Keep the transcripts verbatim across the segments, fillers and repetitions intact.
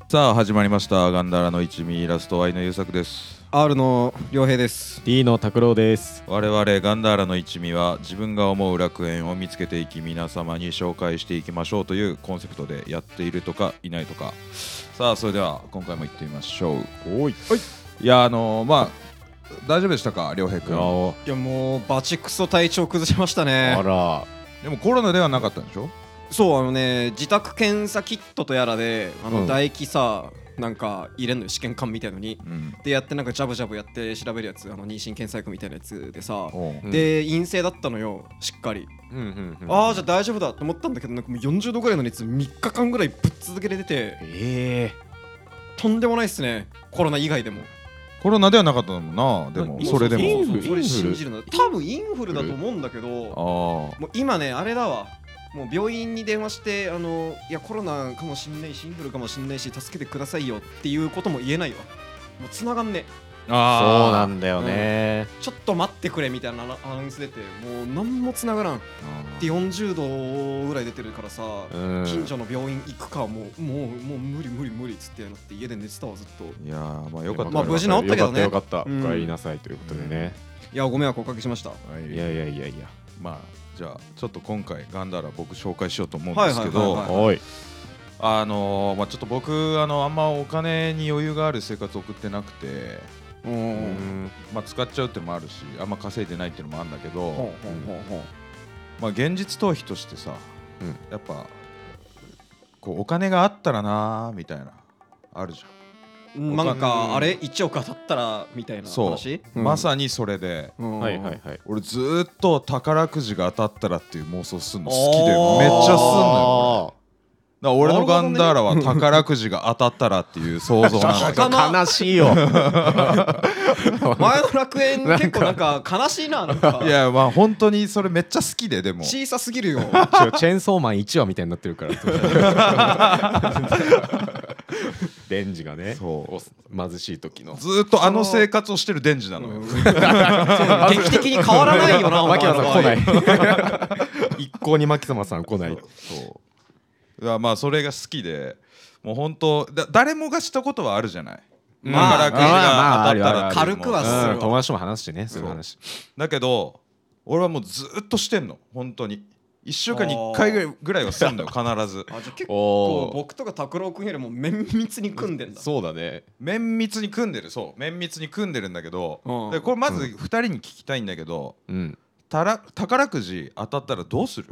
さあ始まりましたガンダーラの一味、イラスト Y の優作です。 R の良平です。 D の拓郎です。 我々ガンダーラの一味は自分が思う楽園を見つけていき皆様に紹介していきましょうというコンセプトでやっているとかいないとか。さあそれでは今回も行ってみましょう。 おいいやあのー、まあ大丈夫でしたか良平君。 いやもうバチクソ体調崩しましたね。 あら、 でもコロナではなかったんでしょ。 そう、あのね、自宅検査キットとやらであの、 うん唾液さなんか入れんのよ、試験管みたいのに、 うん、 でやってなんかジャブジャブやって調べるやつ、あの妊娠検査薬みたいなやつでさ、 うん、 で陰性だったのよ、しっかり。 うんうんうん、 ああじゃあ大丈夫だと思ったんだけど、なんかもうよんじゅうどぐらいの熱みっかかんぐらいぶっ続けて出て、 えとんでもないっすね、コロナ以外でも。 コロナではなかったもんな。でもうそれでもインフルそれ信じるの多分インフルだと思うんだけど、 あもう今ねあれだわ、もう病院に電話してあのいやコロナかもしんないしインフルかもしんないし助けてくださいよっていうことも言えないわ。もう繋がんねー、そうなんだよね、 ちょっと待ってくれみたいなアナウンス出て、もう何も繋がらんでよんじゅうどぐらい出てるからさ、 うん近所の病院行くかもうもうもう無理無理無理っつってなって家で寝てたわずっと。 いやーまあよかった。 まあ無事治ったけどねよかったよかった、 うんお帰りなさいということでね、 いやご迷惑おかけしました。 はい、 いやいやいやいや、 まあじゃあちょっと今回ガンダーラ僕紹介しようと思うんですけど、 はいはいはいはいおいあのー、まあちょっと僕あのあんまお金に余裕がある生活を送ってなくて、 ううんんまあ使っちゃうってのもあるしあんま稼いでないっていうのもあるんだけど、 ほうほうほうほうまあ現実逃避としてさ、 うんやっぱこうお金があったらなーみたいなあるじゃん。 なんかあれいちおく当たったらみたいなそう、 話、 まさにそれで、 うんはいはいはい、 俺ずーっと宝くじが当たったらっていう妄想するの好きでめっちゃすんのよ。だから俺のガンダーラは宝くじが当たったらっていう想像なんだけど魚悲しいよ前の楽園結構なんか悲しいな、なんかいやまあ本当にそれめっちゃ好きで、でも小さすぎるよチェーンソーマンいちわみたいになってるからデンジがね、 そう貧しい時のずーっとあの生活をしてるデンジなのよ。 劇的に変わらないよなお前牧の場合野さん来ない一向に牧野さん来ない。 そういやまあそれが好きで、もう本当だ誰もがしたことはあるじゃない、 まあ宝くじが当たったあるあるあるらっていう軽くはもうするうん、友達とも話してね、そういう話。 だけど俺はもうずーっとしてんの本当にいっしゅうかんにいっかいぐらいぐらいはするんだよ必ず。 あじゃあ結おー構僕とか拓郎君よりも綿密に組んでんだ。 そうだね。 綿密に組んでる、そう綿密に組んでるんだけど、 うんでこれまずふたりに聞きたいんだけど、 うん。 たら宝くじ当たったらどうする？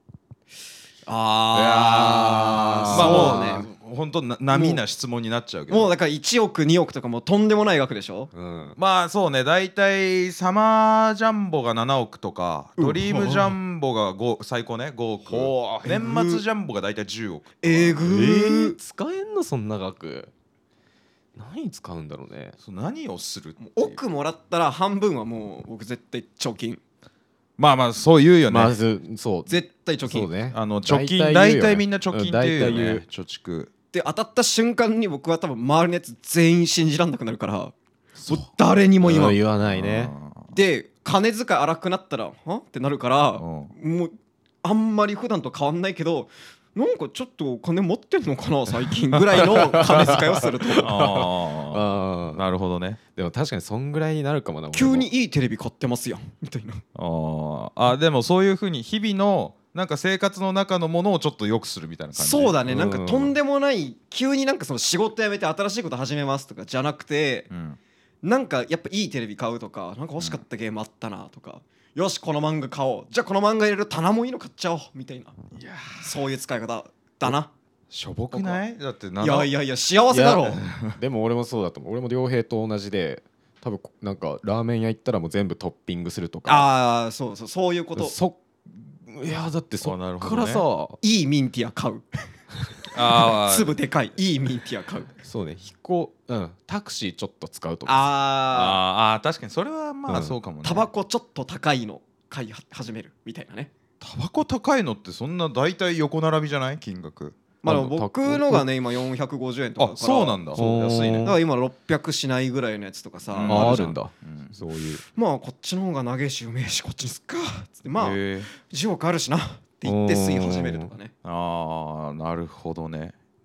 あまあもうそうね、 ね本当な並な質問になっちゃうけど、 もうだからいちおくにおくとかもうとんでもない額でしょ。 うん。 まあそうね、だいたいサマージャンボがななおくとか、 うんドリームジャンボがご最高ねごおく、 ほう年末ジャンボがだいたいじゅうおく。 えぐえーー、使えんのそんな額。何使うんだろうね。 そう何をするっていう億もらったら半分はもう僕絶対貯金、 まあまあそう言うよね、 まずそう。 絶対貯金そうね。 あの貯金大体言うよね大体みんな貯金っていうようん大体言うね、貯蓄。 で当たった瞬間に僕は多分周りのやつ全員信じらんなくなるから、もう誰にも言わんうん言わないね。 で金遣い荒くなったらはってなるから、 うんもうあんまり普段と変わんないけど、なんかちょっとお金持ってんのかな最近ぐらいの金遣いをするとあああなるほどね。 でも確かにそんぐらいになるかもな。俺も急にいいテレビ買ってますやんみたいな。 あーあでもそういうふうに日々のなんか生活の中のものをちょっと良くするみたいな感じ。 そうだね、 うんなんかとんでもない急になんかその仕事辞めて新しいこと始めますとかじゃなくて、 うんなんかやっぱいいテレビ買うとか、なんか欲しかったゲームあったなとか、よしこの漫画買おう、じゃあこの漫画入れる棚もいいの買っちゃおうみたいな、 いやそういう使い方だな。 しょぼくない？だってないやいやいや幸せだろう。 いやでも俺もそうだと思う。俺も良平と同じで、多分なんかラーメン屋行ったらもう全部トッピングするとか。 ああそうそうそういうこと。 そいやだってそあなるっからほどねさ、 いいミンティア買う。 あー粒でかいいいミンティア買う。 そうね、飛行、うん、タクシーちょっと使うとか。 ああーあー確かにそれはまうんあそうかもね。 ータバコちょっと高いの買い始めるみたいなね。 タバコ高いのってそんな大体横並びじゃない金額。 まああの僕のがね今よんひゃくごじゅうえんとかだあから、 そうなんだ。 そう安いね。 だから今ろっぴゃくしないぐらいのやつとかさ、 うんじゃああるんだ、 うんそういう。 まあこっちの方が長えしうめえしこっちにすっかつって、まあへーじゅうおくあるしなって言って吸い始めるとかね。 ああなるほどね。い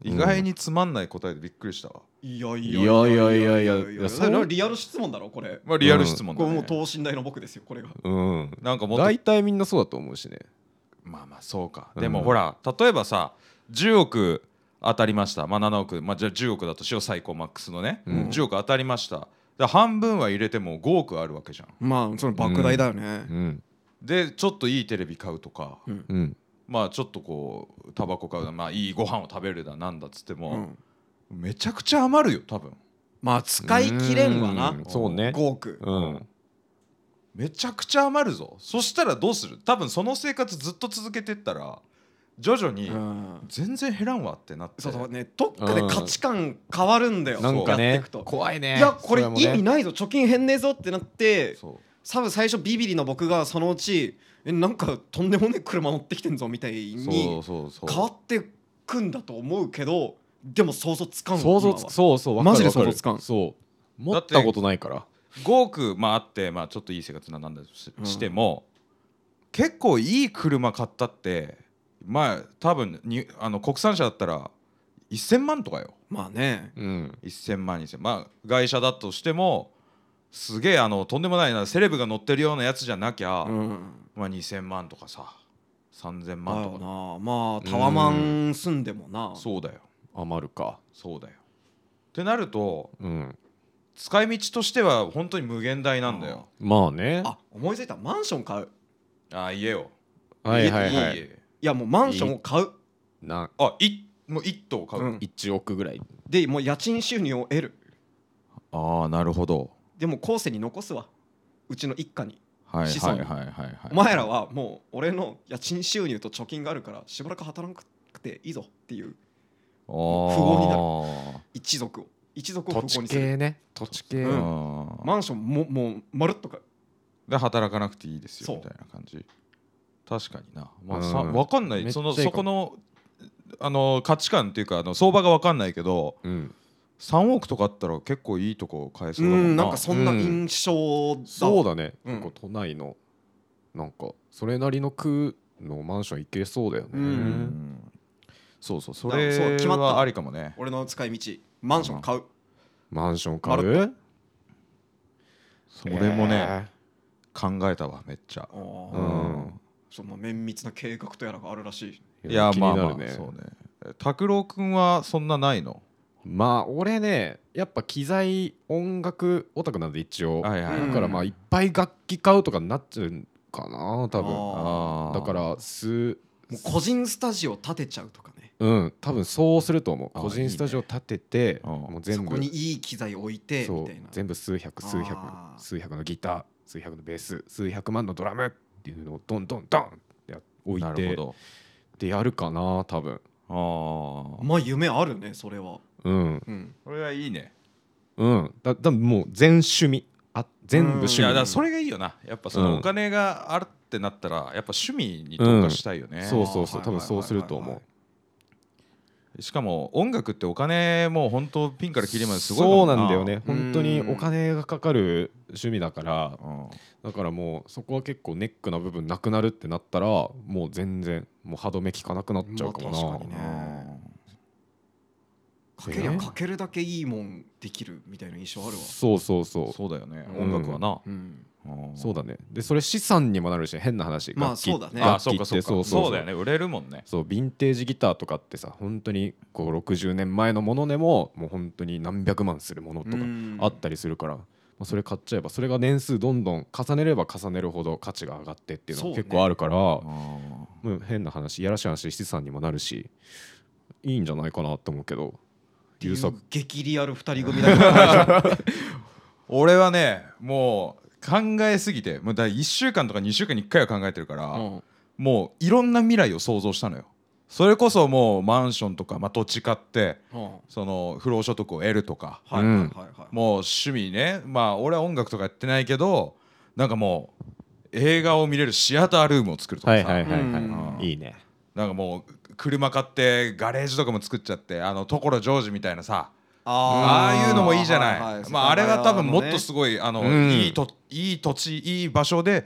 意外につまんない答えでびっくりしたわ。 いやいいやいやいやいやいやいやそれリアル質問だろこれ。 まあリアル質問だね。 これもう等身大の僕ですよこれが。 うんなんかもっと大体みんなそうだと思うしね。 まあまあそうか、 うんでもほら例えばさじゅうおく当たりました、まあ、ななおく、まあ、じゃあじゅうおくだとしよう最高マックスのね、 うんじゅうおく当たりました。で半分は入れてもごおくあるわけじゃん。 まあその莫大だよね。 うんでちょっといいテレビ買うとか、 うんうんまあちょっとこうタバコ買うだ、まあいいご飯を食べるだなんだっつっても、 うんめちゃくちゃ余るよ多分。 まあ使い切れんわなうんそうねごおく。 うんめちゃくちゃ余るぞ。そしたらどうする？多分その生活ずっと続けてったら徐々にうん全然減らんわってなって、 そうそうねどっかで価値観変わるんだよ。 なんかねやっていくと怖いね。 いやこれそもね意味ないぞ貯金減ねえぞってなってそう多分最初ビビリの僕がそのうちえなんかとんでもねえ車乗ってきてんぞみたいそうにそうそう変わってくんだと思うけどでも想像つかんわ想像つ今はそうそうわかマジでるわかる想像つかんそう持ったことないから。 ごおく、まあ、あって、まあ、ちょっといい生活ななんだとし,、 うんても結構いい車買ったってまあ多分にあの国産車だったらせんまんとかよ。 まあねうんせんまんにせんまあ外車だとしてもすげえあのとんでもないなセレブが乗ってるようなやつじゃなきゃ、 うんまあ、にせんまんとかささんぜんだよまんとか。 なまあタワマン住んでもなそうだよ余るか。 そうだよってなるとうん使い道としては本当に無限大なんだよ。 まあね。 あ思いついたマンション買うああ家をはいはいはい。 い家いやもうマンションを買うなあいもう一棟買う、 うんいちおくぐらい。 でもう家賃収入を得るああなるほど。 でも後世に残すわうちの一家にはい子孫にはいはいはいはい。 お前らはもう俺の家賃収入と貯金があるからしばらく働かなくていいぞっていうあー富豪になる一族を一族を土地富豪にする系ね。土地系。 ううんんマンションももうまるっとかで働かなくていいですそうよみたいな感じ。確かにな、まあうんさ分かんないそのめっちゃいいかもそこのあの価値観っていうかあの相場が分かんないけどうんさんおくとかあったら結構いいとこ買えそううだもんな。 んなんかそんな印象だそうだね。 うん結構都内のなんかそれなりの区のマンション行けそうだよね。 ううんんそうそうそだれそう決まったはありかもね。 俺の使い道マンション買うマンション買まう？ それもね、 え考えたわめっちゃ。 あーーうんその綿密な計画とやらがあるらしいいや気まあまあになるね。 そうね。拓郎くんはそんなないの？ まあ俺ねやっぱ機材音楽オタクなんで一応、 はいはいはいだからまあいっぱい楽器買うとかになっちゃうかな多分。 ああーだからすもう個人スタジオ建てちゃうとかねうん多分そうすると思う。 あー個人スタジオ建てていいねもう全部そこにいい機材置いてそうみたいな全部数百数百あー数百のギター数百のベース数百万のドラムっていうのをドンドンドンってや置いてなるほど。 でやるかな多分。 ああまあ夢あるねそれはうんうんこれはいいね。 うんだだもう全趣味あ全部趣味いやだからそれがいいよな。やっぱそのうんお金があるってなったらやっぱ趣味に特化したいよね。 そうそうそうあー多分そうすると思う。 しかも音楽ってお金もう本当ピンからキリまですごいそうもなんだよねうん本当にお金がかかる趣味だからうんだからもうそこは結構ネックな部分なくなるってなったらもう全然もう歯止め効かなくなっちゃうかもな、 まあ確かにねかけりゃかけるだけいいもんできるみたいな印象あるわそうそうそうそうだよね。 うん音楽はな。 うんうんそうだねでそれ資産にもなるし変な話まあ楽器そうだねあ楽器ってそうかそうかそうそうそうだよね。売れるもんね。 そうヴィンテージギターとかってさ本当にこうろくじゅうねんまえのものでももう本当に何百万するものとかうんあったりするから、まあ、それ買っちゃえばそれが年数どんどん重ねれば重ねるほど価値が上がってっていうのが結構あるから、もう変な話いやらしい話資産にもなるしいいんじゃないかなと思うけどっていう優作激リアル二人組だけど俺はねもう考えすぎてもうだいっしゅうかんとかにしゅうかんにいっかいは考えてるから、 うんもういろんな未来を想像したのよ。それこそもうマンションとか、まあ、土地買ってうんその不労所得を得るとか、 はいはいはいはいもう趣味ねまあ俺は音楽とかやってないけどなんかもう映画を見れるシアタールームを作るとかさ、 はいはいはいはい、 うんいいねなんかもう車買ってガレージとかも作っちゃってあの所ジョージみたいなさああいうのもいいじゃない、 はいはいまあ、あれは多分もっとす世ごいあの、 うんいいといい土地いい場所で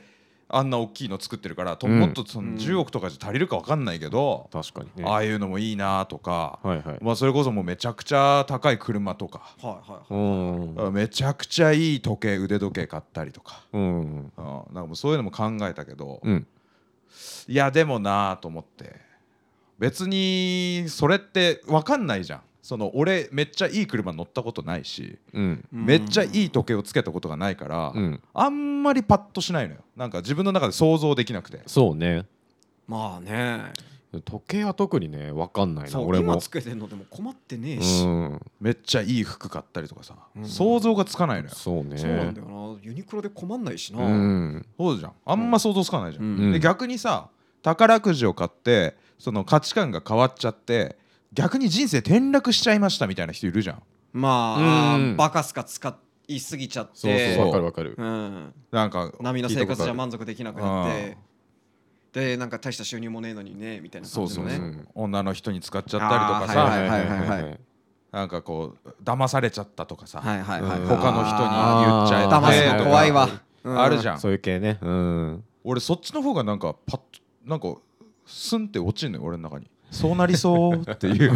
あんな大きいの作ってるからと、 うんもっとそのじゅうおくとかじゃ足りるか分かんないけど、 確かにね。 ああいうのもいいなとか、 はいはい。 まあ、それこそもうめちゃくちゃ高い車とか、 はいはいうんめちゃくちゃいい時計腕時計買ったりとか、 うんうん、なんかもうそういうのも考えたけど、 うんいやでもなと思って、別にそれって分かんないじゃん。その俺めっちゃいい車乗ったことないし、 うんめっちゃいい時計をつけたことがないから、 うんあんまりパッとしないのよ。なんか自分の中で想像できなくて。 そうね。 まあね時計は特にね分かんないなそう俺も。 今つけてんのでも困ってねえし、 うんめっちゃいい服買ったりとかさ、 うん想像がつかないのよ。 そうね。 そうなんだよな、ユニクロで困んないしな、 うんそうじゃん、あんま想像つかないじゃん、 うんで逆にさ宝くじを買ってその価値観が変わっちゃって逆に人生転落しちゃいましたみたいな人いるじゃん。 まあ、 うんバカすか使いすぎちゃって、 そうそうそうわかるわかる。 うん、 なんか波の生活じゃ聞いたことある満足できなくなってでなんか大した収入もねえのにねみたいなそうそうそう、 感じのね。 うん女の人に使っちゃったりとかさ、 あーはいはいはいはいなんかこう騙されちゃったとかさ、 はいはいはい、 うん他の人に言っちゃえあー騙すの怖いわ、 あるじゃん、 そういう系ね。うん俺そっちの方がなんかパッとなんかスンって落ちんのよ俺の中に。そうなりそうっていう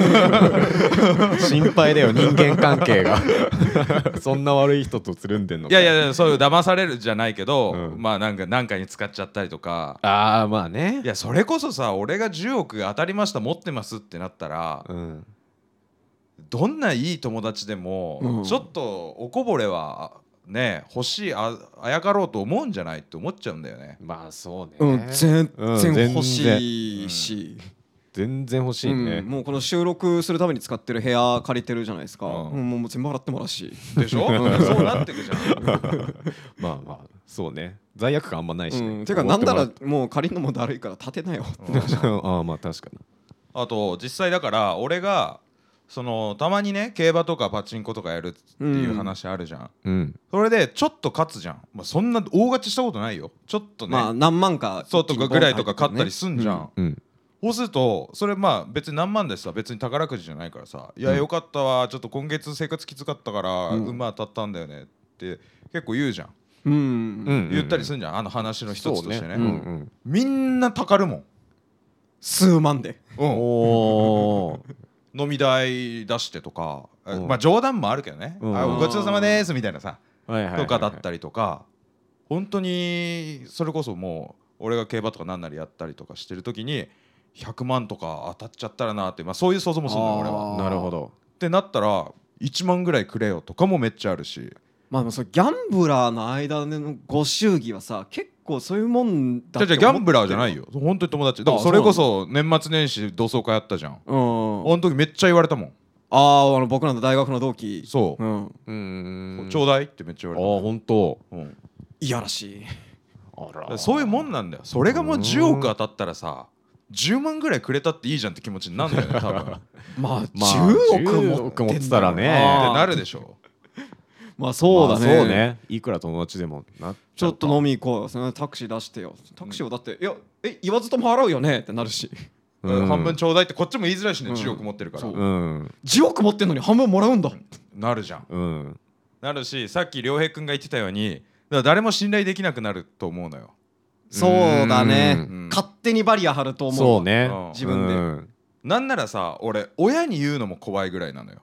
心配だよ人間関係がそんな悪い人とつるんでんのか。 いやいやそういう騙されるじゃないけど、 うんまあなんか何かに使っちゃったりとか、 ああまあねい。やそれこそさ俺がじゅうおく当たりました持ってますってなったら、 うんどんないい友達でも、 うんちょっとおこぼれはね欲しい、ああやかろうと思うんじゃないって思っちゃうんだよね。 まあそうね。 うん、全うん然欲しいし、 全然欲しいね。 うんもうこの収録するために使ってる部屋借りてるじゃないですか、 うんうんもう全部払ってもらうし、 でしょそうなってくじゃん。 まあまあそうね。罪悪感あんまないしね。 うん、てかなんならもう借りるのもだるいから立てなよああまあ確かに。 あと実際だから俺がそのたまにね競馬とかパチンコとかやるっていう話あるじゃん、 うんそれでちょっと勝つじゃん、まあ、そんな大勝ちしたことないよ、ちょっとね、 まあ何万かそうとかぐらいとか勝ったりすんじゃん、 うんそうするとそれまあ別に何万でさ別に宝くじじゃないからさ、いやうんよかったわちょっと今月生活きつかったからうん馬当たったんだよねって結構言うじゃん、 うん、 うん言ったりするんじゃん、あの話の一つとしてね、 そううんうんみんなたかるもん、 数万でうん、 おー飲み代出してとか、 うんまあ冗談もあるけどね、 うんあごちそうさまですみたいなさ、 はいはいはいはいとかだったりとか、本当にそれこそもう俺が競馬とかなんなりやったりとかしてる時にひゃくまんとか当たっちゃったらなって、まあ、そういう想像もするのよ俺は。 なるほど。 ってなったらいちまんぐらいくれよとかもめっちゃあるし、 まあでもそれギャンブラーの間でのご祝儀はさ結構そういうもんだってじゃあじゃあギャンブラーじゃないよ本当に友達だから、それこそ年末年始同窓会やったじゃん、 うんあの時めっちゃ言われたもん、 あーあの僕らの大学の同期そう、 うんうーんちょうだいってめっちゃああ言われ本当。 た、うん、 いやらしいあらだからそういうもんなんだよ。それがもうじゅうおく当たったらさじゅうまんぐらいくれたっていいじゃんって気持ちになるんだよね多分ってまあまあじゅうおくじゅう持おく持ってってんだろうたらねななるでしょ。 まあそうだね、 まあそうね。いくら友達でもなっちょっと飲み行こうよそのタクシー出してよタクシーをだって、いやえ言わずとも払うよねってなるしうん半分ちょうだいってこっちも言いづらいしね、 うんじゅうおく持ってるから、 そううんじゅうおく持ってんのに半分もらうんだなるじゃん。 うんなるしさっき良平君が言ってたようにだから誰も信頼できなくなると思うのよ。 そうだねうん勝手にバリア張ると思うそうねうん自分でうんなんならさ俺親に言うのも怖いぐらいなのよ。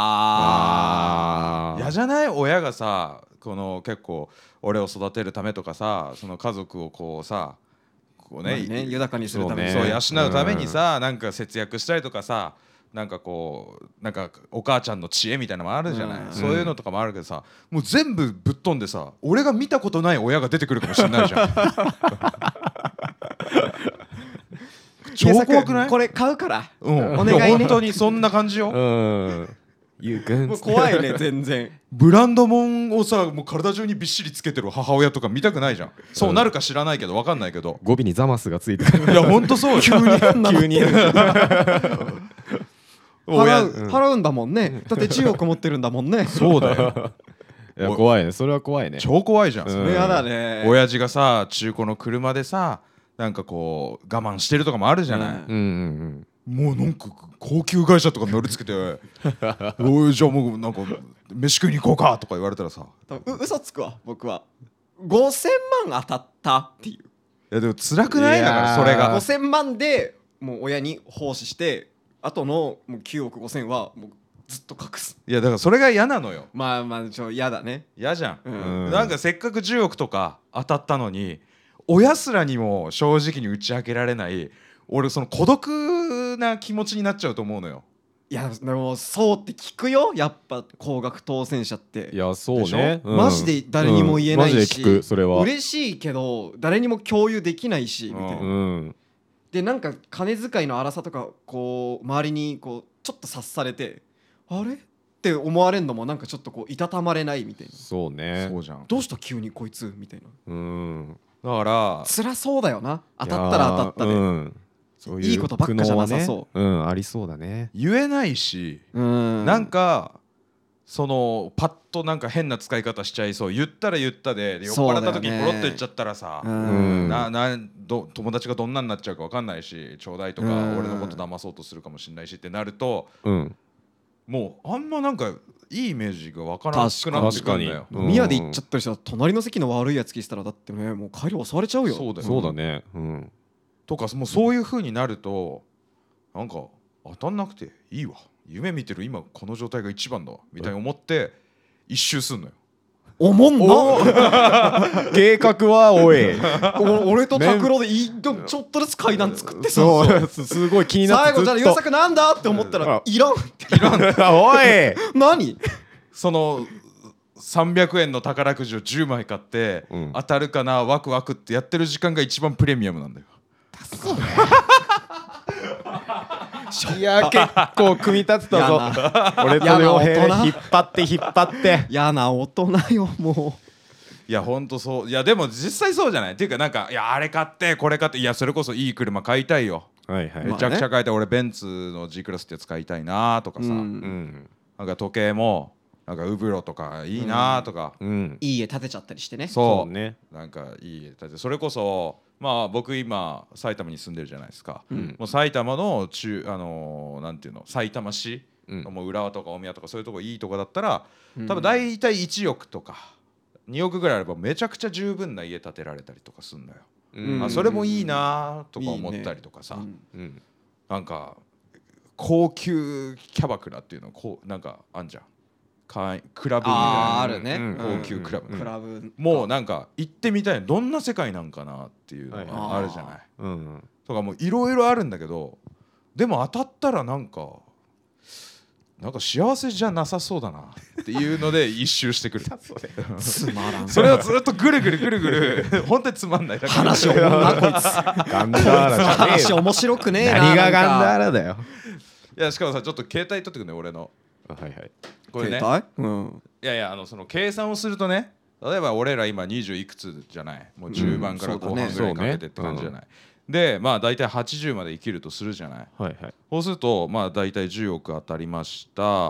ああ嫌じゃない親がさこの結構俺を育てるためとかさその家族をこうさこうね,、 ね豊かにするためにそうねそう養うためにさ、なんか節約したりとかさなんかこうなんかお母ちゃんの知恵みたいなのもあるじゃない、 うんそういうのとかもあるけどさもう全部ぶっ飛んでさ俺が見たことない親が出てくるかもしれないじゃん超怖くない？ これ買うからうん、 お願いねや本当にそんな感じよ、 うんゆうくんもう怖いね全然ブランド物をさもう体中にびっしりつけてる母親とか見たくないじゃん。そうなるか知らないけど分かんないけど、 語尾にザマスがついてるいやほんとそうよ急に急に親払う払うんだもんねだってじゅうおく持ってるんだもんねそうだよいや怖いねそれは怖いね超怖いじゃん、 うんそそれやだね親父がさ中古の車でさなんかこう我慢してるとかもあるじゃない、 うんうんうんもうなんか高級会社とか乗りつけておいじゃあもうなんか飯食いに行こうかとか言われたらさ多分う嘘つくわ僕はごせんまん当たったっていういやでも辛くない？ いやーだからそれがごせんまんでもう親に奉仕してあとのもうきゅうおくごせんはもうずっと隠す。 いやだからそれが嫌なのよ。 まあまあちょ嫌だね。 嫌じゃん、 うんうんなんかせっかくじゅうおくとか当たったのに親すらにも正直に打ち明けられない、俺その孤独な気持ちになっちゃうと思うのよ。 いやでもそうって聞くよやっぱ高額当選者っていやそうでしね、 ょマジで誰にも言えないしうんマジで聞くそれは。 嬉しいけど誰にも共有できないしみたいな、 ううんでなんか金遣いの荒さとかこう周りにこうちょっと察されてあれって思われるのもなんかちょっとこういたたまれないみたいな、 そうねそうじゃん。 どうした急にこいつみたいな、 うんだから辛そうだよな当たったら当たったで、 いやーうんそういういいことばっかじゃなさそう苦悩はね、うんありそうだね。 言えないし、 うんなんかそのパッとなんか変な使い方しちゃいそう。言ったら言ったでで酔っ払った時にポロッと言っちゃったらさ、 うんななど友達がどんなになっちゃうか分かんないし、ちょうだいとかうん俺のこと騙そうとするかもしれないしってなると、 うんもうあんまなんかいいイメージが分からなくなってくるんだよ。 うん宮で行っちゃったりしたら隣の席の悪いやつ聞いてたらだってねもう帰り襲われちゃうよ。 そうだよそうだね。うんとかもうそういう風になるとなんか当たんなくていいわ、夢見てる今この状態が一番だわみたいに思って一周すんのよ。 おもんな計画はおいお俺と拓郎でいちょっとずつ階段作ってさそうすごい気になって最後じゃあ優作なんだって思ったらいらんおい何そのさんびゃくえんの宝くじをじゅうまい買って、 うん当たるかなワクワクってやってる時間が一番プレミアムなんだよ。 いや結構組み立てたぞ俺と良平嫌な大人引っ張って引っ張って嫌な大人よもいやほんとそう。いやでも実際そうじゃないっていうか、なんかいやあれ買ってこれ買って、いやそれこそいい車買いたいよ、 はいはい、 めちゃくちゃ買いたい。俺ベンツの G クラスってやつ買いたいなとかさ、 う、う、 うんんなんか時計もなんかウブロとかいいなとか、 うんいい家建てちゃったりしてね。 そうそうねなんかいい家建て、それこそまあ僕今埼玉に住んでるじゃないですか、 うんもう埼玉の中あのーなんていうの埼玉市うんのもう浦和とか大宮とかそういうとこいいとこだったらうん多分大体いちおくとかにおくぐらいあればめちゃくちゃ十分な家建てられたりとかすんのよ、 うんあそれもいいなとか思ったりとかさ、 うんうんなんか高級キャバクラっていうのこうなんかあんじゃん会員クラブみたいなあーあるね、 うん高級クラブ、 うんクラブもうなんか行ってみたい、どんな世界なんかなっていうのはいがあるじゃない、 うんとかもういろいろあるんだけど、でも当たったらなんかなんか幸せじゃなさそうだなっていうので一周してくるつまらんそれをずっとぐるぐるぐるぐる本当につまんないだから話おもんなこいつガンダーラじゃねえよ話面白くねえな。 何がガンダーーラだよいやしかもさちょっと携帯取ってくんね俺のはいはいこれね携帯うんいやいやあのその計算をするとね、例えば俺ら今にじゅういくつじゃない、もう中盤から後半ぐらいかけてって感じじゃない、でまあ大体はちじゅうまで生きるとするじゃない、 はいはいそうするとまあ大体じゅうおく当たりました、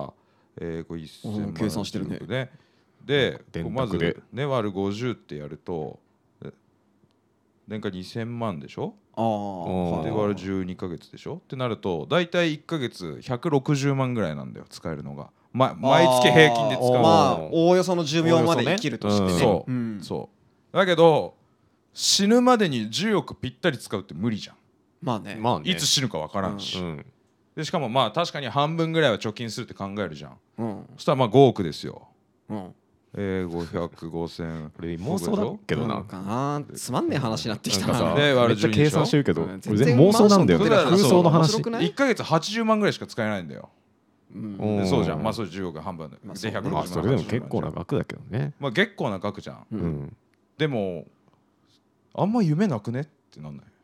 えー、これせんまんうん計算してるねじゅうおくでで電こうま卓でずね割るごじゅうってやるとえ年間にせんまんでしょ、 ああで割るじゅうにかげつでしょってなると大体いっかげつひゃくろくじゅうまんぐらいなんだよ使えるのが、ま、毎月平均で使うのあーまあおおよその寿命まで生きるとしてね。 そう、 んそうだけど死ぬまでにじゅうおくぴったり使うって無理じゃん、 まあね。 まあねいつ死ぬか分からんし、 うんでしかもまあ確かに半分ぐらいは貯金するって考えるじゃん、 うんそしたらまあごおくですよ、 うん。 えー、ごひゃく、ごせんこれ妄想だけどな。 なんかなつまんねえ話になってきたな。 なんかさで割るめっちゃ計算してるけどうんこれ全部妄想なんだよね全然空想の話面白くないいっかげつはちじゅうまんぐらいしか使えないんだよ、 うんうんでそうじゃん、まあそれじゅうおく半分で、でまあそうねひゃくろくじゅうまんまあそれでも結構な額だけどねまあ結構な額じゃん、 ううんんでもあんま夢なくねってなんない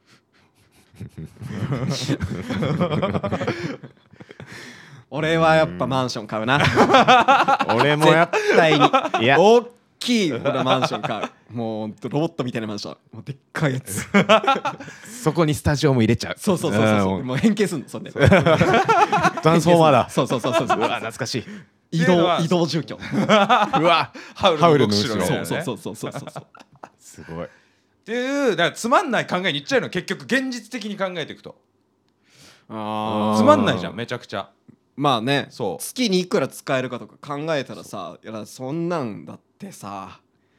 俺はやっぱマンション買うな。 俺もやったいにいや大きい俺はマンション買う。もうほんとロボットみたいなマンション。もうでっかいやつ。 そこにスタジオも入れちゃうそうそうそうそう。 んもう変形すんのそんで。 トランスフォーマーだそうそうそうそうそう。 うわ懐かしい移動っていうのは移動住居。 うわハウハウルのルの動く城みたいなねそうそうそうそうそうそう。 すごいっていうだからつまんない考えにいっちゃうの結局現実的に考えていくとあつまんないじゃんめちゃくちゃまあね。 そう月にいくら使えるかとか考えたらさ、いやそんなんだってさ、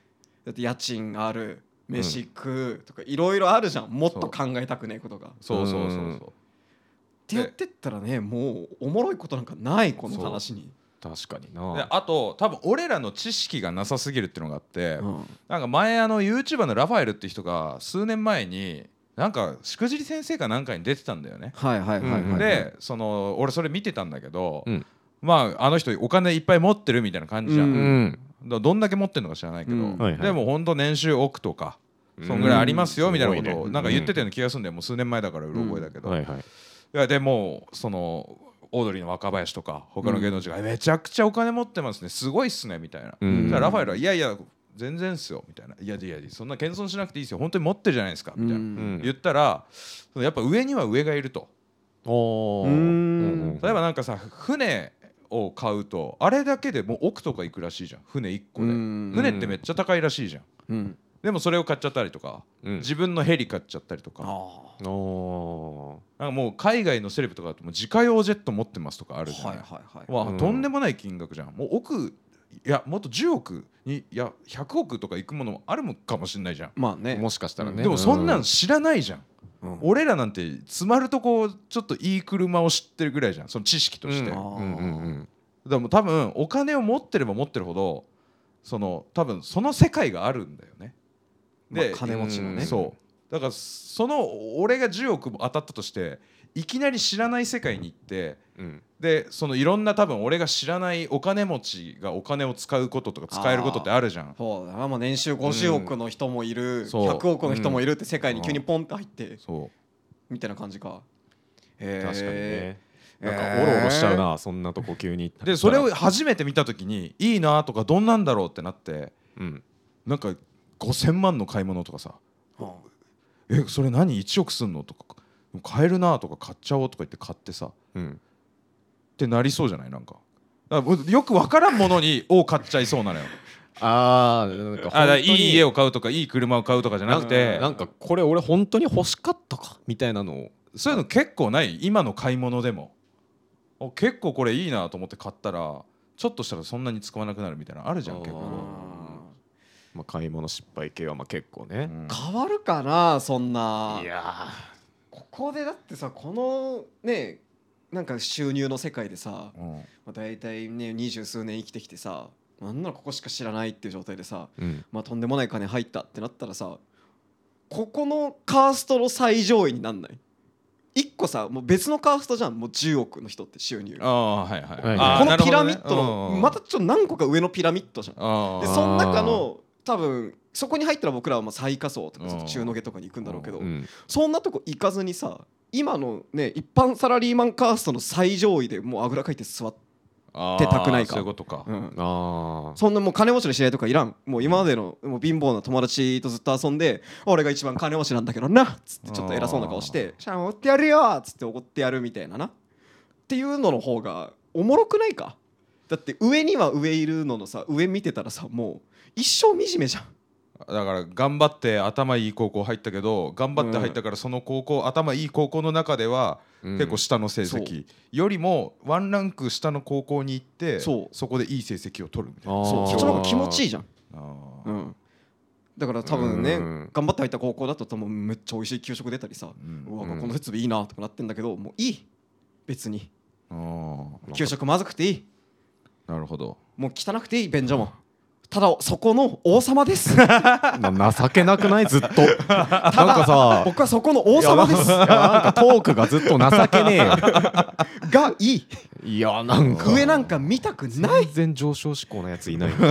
だって家賃ある飯食うとかいろいろあるじゃん、もっと考えたくねえことがっそうそうそうそううんてやってったらね、もうおもろいことなんかないこの話に。 確かにでな。 あと多分俺らの知識がなさすぎるっていうのがあって、 うんなんか前あの YouTuber のラファエルって人が数年前になんかしくじり先生かなんかに出てたんだよね。 はいはいはいはい、 うんでその俺それ見てたんだけど、 うんまああの人お金いっぱい持ってるみたいな感じじゃん、 ううんんだからどんだけ持ってるのか知らないけど、 うんはいはいでもほんと年収億とかうんそんぐらいありますよみたいなことをすごいねなんか言ってたような気がするんだよ。もう数年前だからうろ覚えだけど、 はいはい。 いやでもそのオードリーの若林とか他の芸能人がめちゃくちゃお金持ってますねすごいっすねみたいな、 うんじゃあラファエルはいやいや全然っすよみたいな、いやいやそんな謙遜しなくていいですよ本当に持ってるじゃないですかみたいな、 うん言ったらやっぱ上には上がいると。 おーうんうん例えばなんかさ船を買うとあれだけでもう億とかいくらしいじゃん船いっこで。 うん船ってめっちゃ高いらしいじゃん。 うんでもそれを買っちゃったりとか、 うん自分のヘリ買っちゃったりとか、 あおなんかもう海外のセレブとかだともう自家用ジェット持ってますとかあるじゃん、 はいはいはいわあうんとんでもない金額じゃん。もう億いやもっとじゅうおくにいやひゃくおくとかいくものもあるかもしれないじゃん、 まあねーもしかしたらね。 でもそんなん知らないじゃん、 うん俺らなんて詰まるとこちょっといい車を知ってるぐらいじゃんその知識として、 うんだかあうんうんうんらもう多分お金を持ってれば持ってるほどその多分その世界があるんだよね。で、 まあ金持ちのねそうだからその俺がじゅうおくも当たったとしていきなり知らない世界に行ってうんでそのいろんな多分俺が知らないお金持ちがお金を使うこととか使えることってあるじゃん。 そうだな、まあ、年収ごじゅうおくの人もいる、 そうひゃくおくの人もいるって世界に急にポンって入ってそうみたいな感じか。へー確かにね。 えーなんかオロオロしちゃうな、そんなとこ急に。 でそれを初めて見た時にいいなとかどんなんだろうってなってうんなんかごせんまんの買い物とかさはえそれ何いちおくすんのとか買えるなとか買っちゃおうとか言って買ってさうんってなりそうじゃないなんかだからよく分からんものにを買っちゃいそうなのよ。 あーなんかあだからい本当にい家を買うとかいい車を買うとかじゃなくてなんかこれ俺本当に欲しかったかみたいなのをそういうの結構ない今の買い物でもお結構これいいなと思って買ったらちょっとしたらそんなに使わなくなるみたいなのあるじゃんあー結構、 まあ買い物失敗系はまあ結構ね。 うん変わるかなそんな。 いやここでだってさこのねなんか収入の世界でさ、 うんまあ、大体ね二十数年生きてきてさなんならここしか知らないっていう状態でさ、 ーうんまあ、とんでもない金入ったってなったらさここのカーストの最上位になんない一個さもう別のカーストじゃんもうじゅうおくの人って収入ああはいはい、 はいあーこのなるほどねピラミッドの、 うんまたちょっと何個か上のピラミッドじゃん。 あーでその中の多分そこに入ったら僕らはまあ最下層とかちょっと中の下とかに行くんだろうけど、 うんそんなとこ行かずにさ今のね一般サラリーマンカーストの最上位でもうあぐらかいて座って、 あー手たくないかそういうことか、 うんあそんなもう金持ちの知り合いとかいらんもう今までのもう貧乏な友達とずっと遊んで俺が一番金持ちなんだけどなっつってちょっと偉そうな顔して「シャンおってやるよ」っつっておごってやるみたいななっていうのの方がおもろくないか。だって上には上いるののさ上見てたらさもう一生惨めじゃん。 だから頑張って頭いい高校入ったけど頑張って入ったからその高校、頭いい高校の中ではうん結構下の成績よりもワンランク下の高校に行ってそそうこでいい成績を取るみたいな。 あーそうそっちの方が気持ちいいじゃん。 あーうんだから多分ねうん頑張って入った高校だと多分めっちゃ美味しい給食出たりさうんうわうんこの設備いいなとかなってんだけどもういい別にあー給食まずくていいなるほど。 もう汚くていい便所もただそこの王様ですな情けなくないずっとなんかさ僕はそこの王様ですいやなんかトークがずっと情けねえよがいいいやなんか上なんか見たくない全然上昇志向なやついないい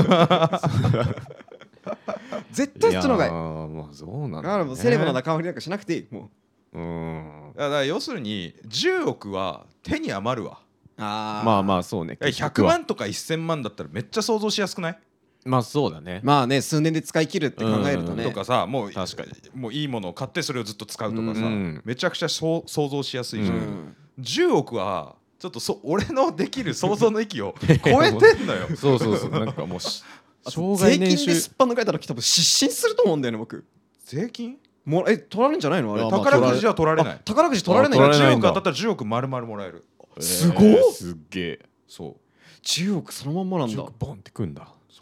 絶対そっちの方がいいやーまあそうなんだ、ね、 だからもうセレブの仲間なんかしなくていいもううんだから要するにじゅうおくは手に余るわ。 あまあまあそうねひゃくまんとかせんまんだったらめっちゃ想像しやすくない？ まあそうだねまあね数年で使い切るって考えるとねとかさもう確かにもういいものを買ってそれをずっと使うとかさ、 うんめちゃくちゃそう想像しやすいじゃん、 うんじゅうおくはちょっとそ俺のできる想像の域を超えてんのよそうそうそうなんかもうし障税金害年収ですっぱ抜かれた時多分失神すると思うんだよね僕税金もらえ取られるんじゃないのあれいやまあ宝くじは取られないあ宝くじ取られないあ取られないじゅうおく当たったらじゅうおく丸々もらえる。 すごっえーすっげえそうじゅうおくそのまんまなんじゅうだおくボンってくんだそ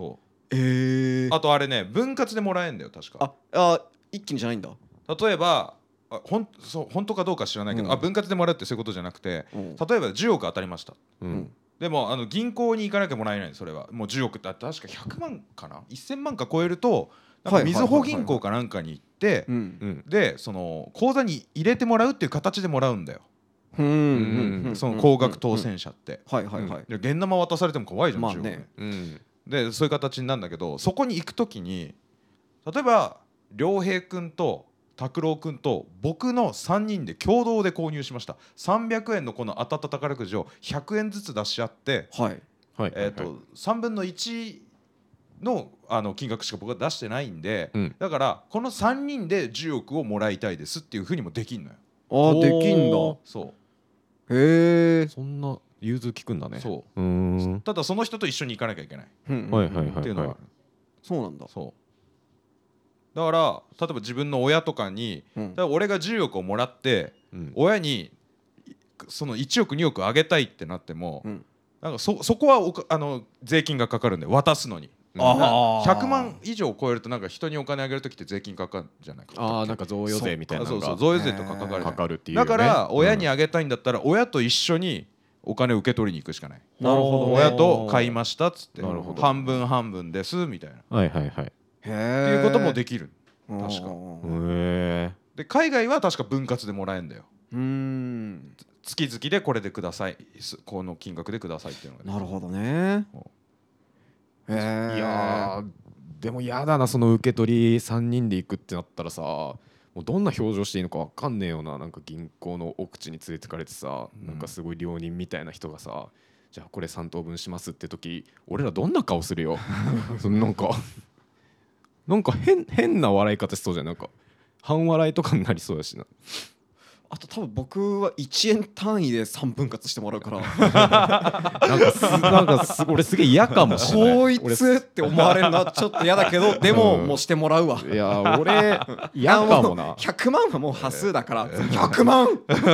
えー、 あとあれね分割でもらえんだよ確か。 ああ一気にじゃないんだ。 例えばあほんそう本当かどうか知らないけど、 うんあ分割でもらうってそういうことじゃなくて、 うん例えばじゅうおく当たりました。 うんでもあの銀行に行かなきゃもらえない。それはもうじゅうおくって確かひゃくまんかなせんまんか超えるとなんかみずほ銀行かなんかに行ってうんうんでその口座に入れてもらうっていう形でもらうんだよ、 うんうんうんその高額当選者って。 はいはいはい。 で現生渡されても怖いじゃん、 まあねじゅうおくうんでそういう形になるんだけど、そこに行くときに例えば良平君と拓郎君と僕のさんにんで共同で購入しました。さんびゃくえんのこの当たった宝くじをひゃくえんずつ出し合って、 はいはいえー、とさんぶんのいちのあの金額しか僕は出してないんで、 うんだからこのさんにんでじゅうおくをもらいたいですっていうふうにもできんのよ。 あーできんだ。 そうへえ。 そんな融通聞くんだね。 そううーんただその人と一緒に行かなきゃいけないはいはいはいっていうのがある、 そうなんだ。 そうだから例えば自分の親とかに、 うんだから俺がじゅうおくをもらってうん親にそのいちおくにおくあげたいってなっても、 うんなんか そ, そこはおかあの税金がかかるんで渡すのに。 あーひゃくまん以上超えるとなんか人にお金あげるときって税金かかるんじゃないかああなんか贈与税みたいなのがそうそう贈与税とかかかるじゃんかかるっていうよね。 だから親にうんあげたいんだったら親と一緒にお金を受け取りに行くしかない。 なるほどね親と買いましたっつってなるほど半分半分ですみたいなっはいはいはい。 へてえ。 いうこともできる。 確確かへえ。 で海外は確か分割でもらえんだよ。 うーん月々でこれでくださいすこの金額でくださいっていうのがね、 なるほどね。へえ。 いやーでも嫌だなその受け取りさんにんで行くってなったらさ、もうどんな表情していいのか分かんねえよな。なんか銀行の奥地に連れてかれてさ、 うんなんかすごい両人みたいな人がさ、じゃあこれさん等分しますって時俺らどんな顔するよそのなんかなんか変変な笑い方しそうじゃん。なんか半笑いとかになりそうだしな。 あと多分僕はいちえん単位でさんぶん割してもらうからなんかすなんかす俺すげえ嫌かもしれない。 こいつって思われるのはちょっと嫌だけどでもうんもうしてもらうわ。 俺いや俺嫌かもな。 ひゃくまんはもう端数だからひゃくまんい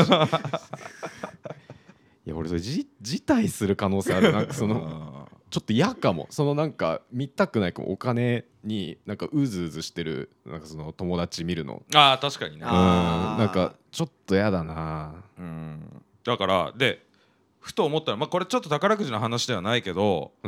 や俺それじ辞退する可能性ある。なんかそのちょっと嫌かも。そのなんか見たくないかも。お金になんかうずうずしてるなんかその友達見るの。 ああ確かにねうんあーなんかちょっと嫌だな。 うんだからでふと思ったら、まあ、これちょっと宝くじの話ではないけどうん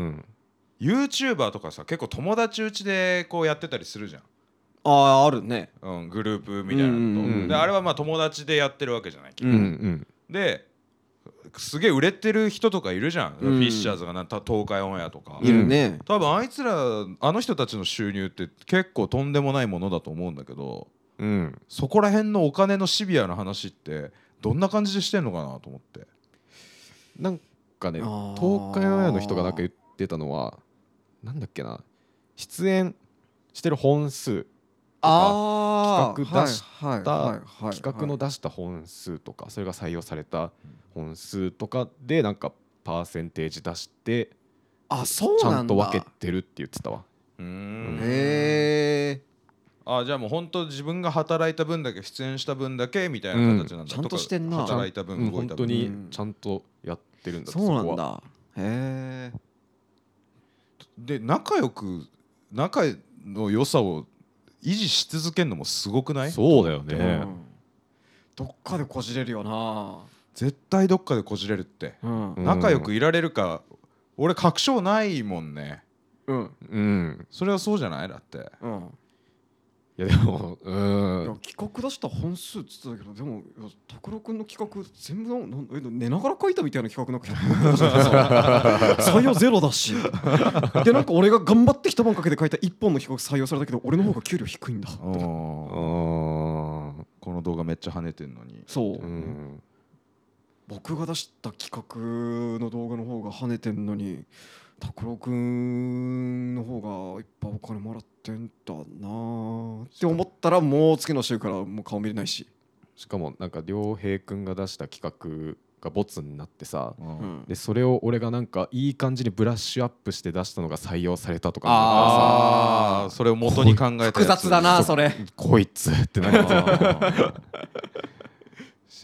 YouTuber とかさ結構友達うちでこうやってたりするじゃん、 あーあるね。 うん、グループみたいなのと、 うんうんうんであれはまあ友達でやってるわけじゃない、 うんうんですげえ売れてる人とかいるじゃん、 うんフィッシャーズがなた東海オンエアとか、 いるね。 多分あいつらあの人たちの収入って結構とんでもないものだと思うんだけど、 うんそこら辺のお金のシビアな話ってどんな感じでしてんのかなと思って。 なんかねあー東海オンエアの人がなんか言ってたのはなんだっけな、出演してる本数あ企画出したた企画の出した本数とかそれが採用された本数とかでなんかパーセンテージ出してあそうちゃなんだ。 んと分けてるって言ってたわ。 うーんへえ。 あじゃあもう本当自分が働いた分だけ出演した分だけみたいな形なんだ、 うんちゃんとしてんなか働いた分うん動いた分、 本当にうんちゃんとやってるんだってそうなんこはだ。へえ。 で仲良く仲の良さを維持し続けるのもすごくない？ そうだようねんどっかでこじれるよな。 絶対どっかでこじれるって、 うんうん仲良くいられるか俺確証ないもんね。 うんうんそれはそうじゃない？だってうん。 いやでもういやん企画出した本数っつってたけどでもいや拓郎君の企画全部ななえ寝ながら書いたみたいな企画なくて採用ゼロだしでなんか俺が頑張って一晩かけて書いた一本の企画採用されたけど俺の方が給料低いんだ。 うんうんこの動画めっちゃ跳ねてんのにそう、 うん僕が出した企画の動画の方が跳ねてんのに拓郎君の方がいっぱいお金もらってんだなーって思ったらもう次の週からもう顔見れないし、 しかもなんか良平くんが出した企画がボツになってさ、 ううんん、 でそれを俺がなんかいい感じにブラッシュアップして出したのが採用されたとかああそれを元に考えたやつ複雑だなそれ。 こいつってなるあ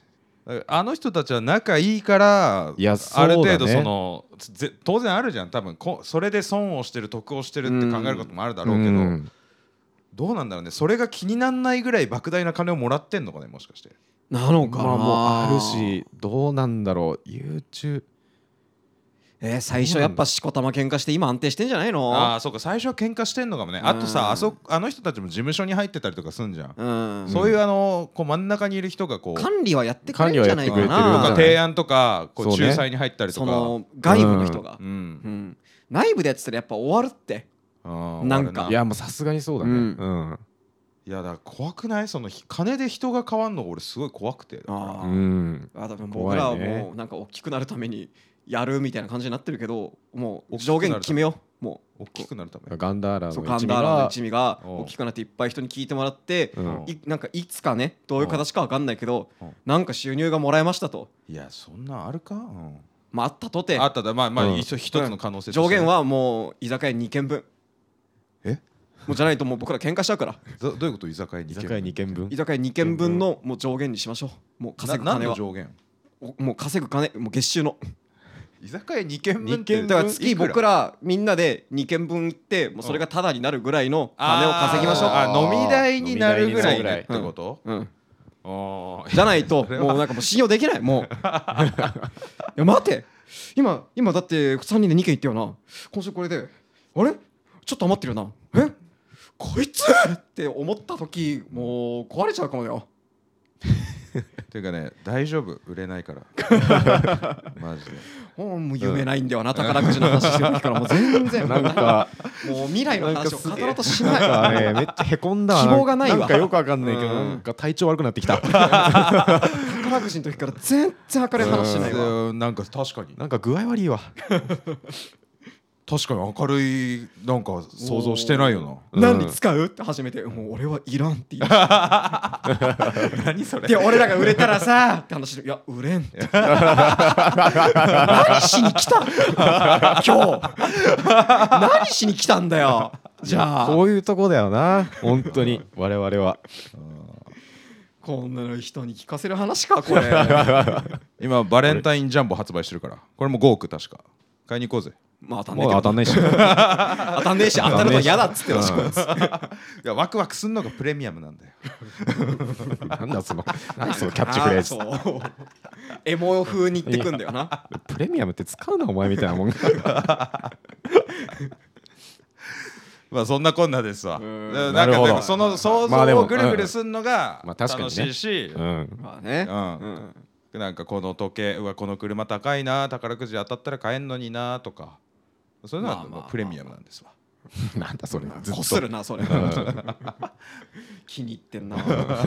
あの人たちは仲いいからいやある程度そうだねそのぜ当然あるじゃん多分こそれで損をしてる得をしてるって考えることもあるだろうけど、 うんどうなんだろうねそれが気になんないぐらい莫大な金をもらってんのかねもしかして。 なのかな、 まあもうあるしどうなんだろう YouTube えー、最初やっぱしこたま喧嘩して今安定してんじゃないの？ ああそうか最初は喧嘩してんのかもね。あとうんさあそあの人たちも事務所に入ってたりとかすんじゃん、 うん、 そういうあのこう真ん中にいる人がこう管理はやってくれるんじゃないか管理はやってくれてるんじゃな。 ない提案とかこうそうね仲裁に入ったりとかその外部の人が、 ううんん内部でやってたらやっぱ終わるって。 あーなんか終わるいやもうさすがにそうだねううんんいやだから怖くないそのひ金で人が変わんのが俺すごい怖くてだからあーうんあだから僕らは怖いねもうなんか大きくなるためにやるみたいな感じになってるけど、もう大きくなる上限決めよう。も大きくなるためガンダーラうそうの一味ガンダーラのが一味がおう大きくなっていっぱい人に聞いてもらって、 うんいなんかいつかねどういう形かわかんないけどうんなんか収入がもらえましたと、 いやそんなんあるか、うんまああったとてあっただまあまあうん一緒一つの可能性としてね上限はもう居酒屋にけんぶん。 えもうじゃないともう僕ら喧嘩しちゃうからどどういうこと居酒屋に居酒屋にけんぶん居酒屋にけんぶんのもう上限にしましょう。もう稼ぐな金は何の上限おもう稼ぐ金もう月収の居酒屋にけんぶんってだから月僕ららみんなでにけんぶん行ってもうそれがタダになるぐらいの金を稼ぎましょう。 あーあ飲み代になるぐらい飲み代になるぐらいってこと、 うん、 あーじゃないとそれはもうなんかもう信用できないもういや待て今今だってさんにんでにけん行ったよな。今週これであれちょっと余ってるよな。えこいつって思った時もう壊れちゃうかもよ。 ていうかね大丈夫売れないからマジでもうもう夢ないんだよな宝くじの話してる時からもう全然なんかもう未来の話を語ろうとしなんない。 かねめっちゃへこんだわ希望がないわなんかよくわかんないけどうんなんか体調悪くなってきた宝くじの時から全然明るい話しないわ。 うんなんか確かになんか具合悪いわ確かに明るいなんか想像してないようん何に使うって初めてもう俺はいらんって言うな何それで俺らが売れたらさって話でいや売れんって何しに来た今日何しに来たんだよじゃあこういうとこだよな本当に我々はこんなの人に聞かせる話かこれ今バレンタインジャンボ発売してるからこれもごおく確か買いに行こうぜまあ当たんねえけどもう当たんないし当たんねえし当たるの嫌だっつってほしくうんいやワクワクすんのがプレミアムなんだよなんだその何そのキャッチフレーズあそうエモ風に言ってくんだよなプレミアムって使うなお前みたいなもんまあそんなこんなですわうんなんなるほどかなんかその想まあでも像をぐるぐるすんのがまあ確かにね楽しいしうんまあねうんうんなんかこの時計うわこの車高いな宝くじ当たったら買えんのになとかそういうのはまあまあまあプレミアムなんですわなんだそれずっとこするなそれ気に入ってんなな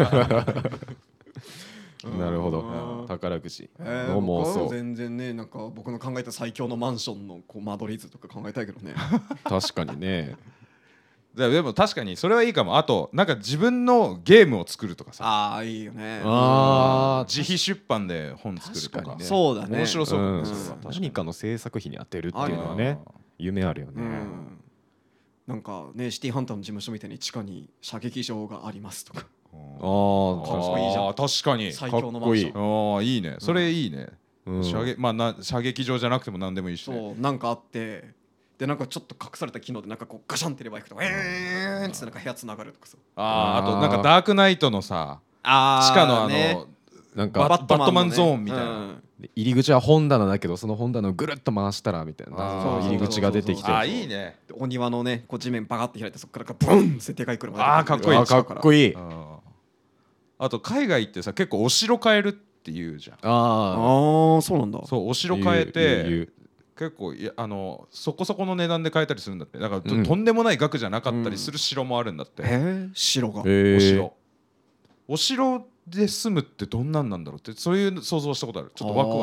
るほどうん宝くじえーの僕は妄想全然ねなんか僕の考えた最強のマンションのこう間取り図とか考えたいけどね確かにねででも確かにそれはいいかもあとなんか自分のゲームを作るとかさああいいよねあー自費出版で本作るとか確かにねそうだね面白そうだねうんそれは確かに何かの制作費に当てるっていうのはあね夢あるよねうんなんかねシティハンターの事務所みたいに地下に射撃場がありますとかああーーかっこいいじゃんあー確かに最強のマンションあーいいねそれいいねうん射撃まあな射撃場じゃなくても何でもいいしねそうなんかあってでなんかちょっと隠された機能でなんかこうガシャンってレバー行くとえーンってなんか部屋つながるとかさあーあとあーなんかダークナイトのさあ地下のあのねなんバかッバットマンゾーンみたいなうん入り口は本棚だけどその本棚をぐるっと回したらみたいなあー謎の入り口が出てきてあーいいねでお庭のねこう地面バカって開いてそこからブンってでかい車が出てくるあーかっこいいあーかっこいいうんあと海外ってさ結構お城買えるって言うじゃんあああそうなんだそうお城あ買えて言う結構いやあのそこそこの値段で買えたりするんだってだからと,、 うんとんでもない額じゃなかったりする城もあるんだって、 えー、白が言うへーお城お城で住むってどんなんなんだろうってそういう想像したことあるちょっとワクワク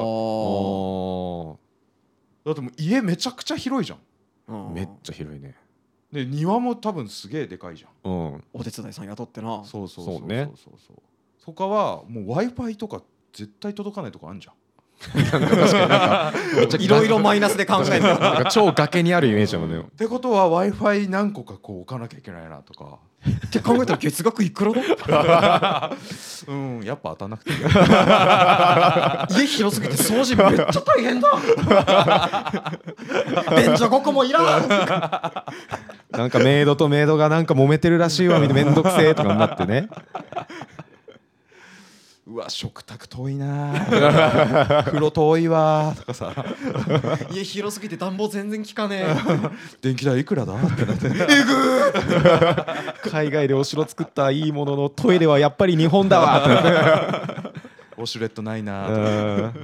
あだってもう家めちゃくちゃ広いじゃんあーめっちゃ広いねで庭も多分すげえでかいじゃんうんお手伝いさん雇ってなそうそうそうそうねそうそう他はもう w i f i とか絶対届かないとこあんじゃんなんか確かになんかめっちゃいろいろマイナスで考えてるなんか超崖にあるイメージなのね。 ってことは w i f i 何個かこう置かなきゃいけないなとかって考えたら月額いくらだうんやっぱ当たんなくていい家広すぎて掃除めっちゃ大変だ便所ごこもいらんなんかメイドとメイドがなんか揉めてるらしいわみたいなめんどくせえとかになってね。 うわ食卓遠いな風呂遠いわとかさ家広すぎて暖房全然効かね電気代いくらだってなって海外でお城作ったいいもののトイレはやっぱり日本だわウォシュレットないなとか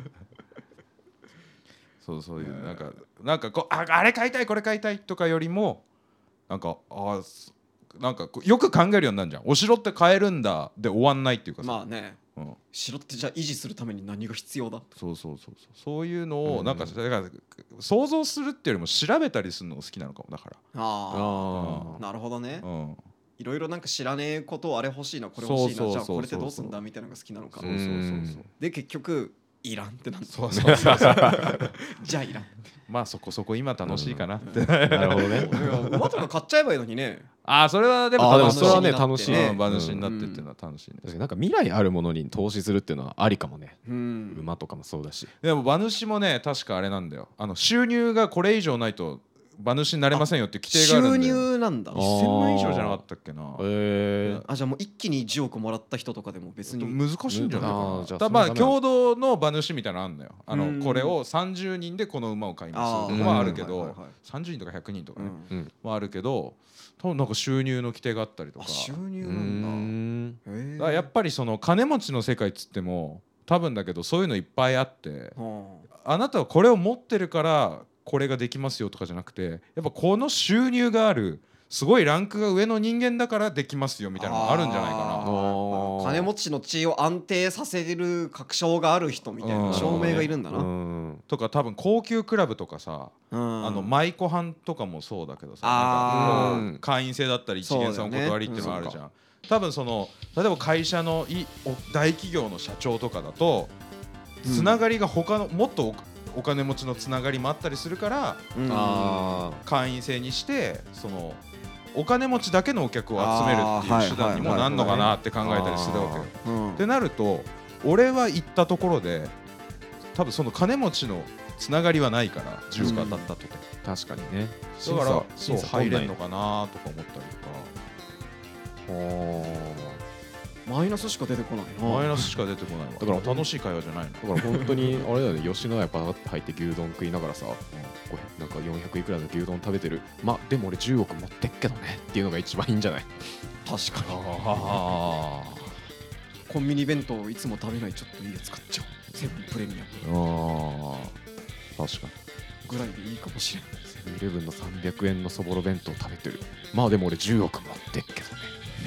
そうそういうなんかなんかこう あ, あれ買いたいこれ買いたいとかよりもなんかあなんかよく考えるようになるじゃん。お城って買えるんだで終わんないっていうかさ、 まあね、うん、城ってじゃあ維持するために何が必要だ。 そうそうそうそうそういうのをなんか、うん、だから想像するっていうよりも調べたりするのが好きなのかもだから。 ああ、うん、なるほどね、うん、いろいろなんか知らねえことをあれ欲しいなこれ欲しいなじゃあこれってどうすんだみたいなのが好きなのか。 そうそうそうそうで結局いらんってなんだ。 そうそうそうそうじゃあいらん。 まあそこそこ今楽しいかなって、 うん、なるほどね。 馬とか買っちゃえばいいのにね。 ああそれはでも楽しい。 それはね楽しいね。 馬主になってっていうのは楽しいね、 うん、なんか未来あるものに投資するっていうのはありかもね、 うん、 馬とかもそうだし。 でも馬主もね確かあれなんだよ、あの収入がこれ以上ないと馬主になれませんよっていう規定があるんで。 収入なんだ。 せんまん以上じゃなかったっけな。 へえ。 あじゃあもう一気にじおくもらった人とかでも別に難しいんじゃないかな。 じゃあだまあ共同の馬主みたいなのあるんだよ。あのこれをさんじゅうにんでこの馬を買いますとかはあるけど、さんじゅうにんとかひゃくにんとかね、うん、はあるけど、多分なんか収入の規定があったりとか。 収入なんだ。 だからやっぱりその金持ちの世界っつっても多分だけどそういうのいっぱいあって、あなたはこれを持ってるからこれができますよとかじゃなくて、やっぱこの収入があるすごいランクが上の人間だからできますよみたいなのがあるんじゃないかな。 金持ちの地位を安定させる確証がある人みたいな証明がいるんだな。 とか多分高級クラブとかさ、あの舞妓班とかもそうだけどさ、なんか会員制だったり一元さんお断りっていうのがあるじゃん。多分その例えば会社のい大企業の社長とかだとつながりが他のもっとお金持ちのつながりもあったりするから、うん、あ会員制にしてそのお金持ちだけのお客を集めるっていう手段にもなんのかなって考えたりするわけよ、うん、ってなると俺は行ったところで多分その金持ちのつながりはないからじゅうおく当たったとて、 うん、確かにね。 だからそう入れんのかなとか思ったりとか。マイナスしか出てこないな。 マイナスしか出てこないわ。だから楽しい会話じゃないの。 だから本当にあれだよね、吉野家パーって入って牛丼食いながらさ、うん、なんかよんひゃくいくらの牛丼食べてる、まあでも俺じゅうおく持ってっけどねっていうのが一番いいんじゃない。 確かに。コンビニ弁当いつも食べないちょっといいやつ買っちゃおう。セブンプレミアム。 ああ確かにぐらいでいいかもしれない。 セブンイレブンのさんびゃくえんのそぼろ弁当食べてる、まあでも俺じゅうおく持ってっけどね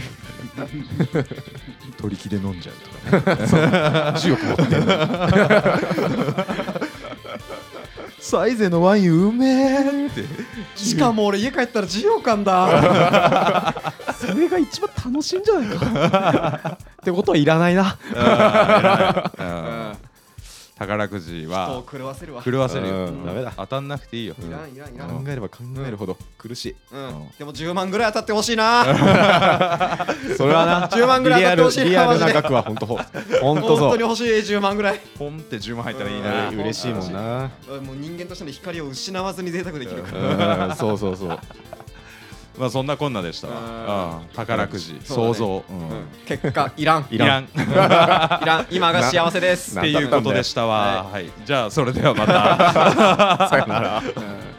取り木で飲んじゃうとかねじゅうおく持ってんのサイゼのワインうめえってしかも俺家帰ったらじゅうおくあんだそれが一番楽しいんじゃないかってことはいらないな。 宝くじは人を狂わせるわ。 狂わせるよ、 うん、ダメだ。 当たんなくていいよ。 いらんいらんいらん。 考えれば考えるほど苦しい、 うんうん、でもじゅうまんぐらい当たってほしいなそれはなじゅうまんぐらい当たってほしいな。 リアルな額は本当本当そう本当に欲しい。じゅうまんぐらいポンってじゅうまん入ったらいいな、 うん、嬉しいもんな。 もう人間としての光を失わずに贅沢できるから、うん、そうそうそうまあそんなこんなでしたわ。宝くじ想像、 結果いらんいらんいらん今が幸せですっていうことでしたわ。はい、じゃあそれではまたさよなら。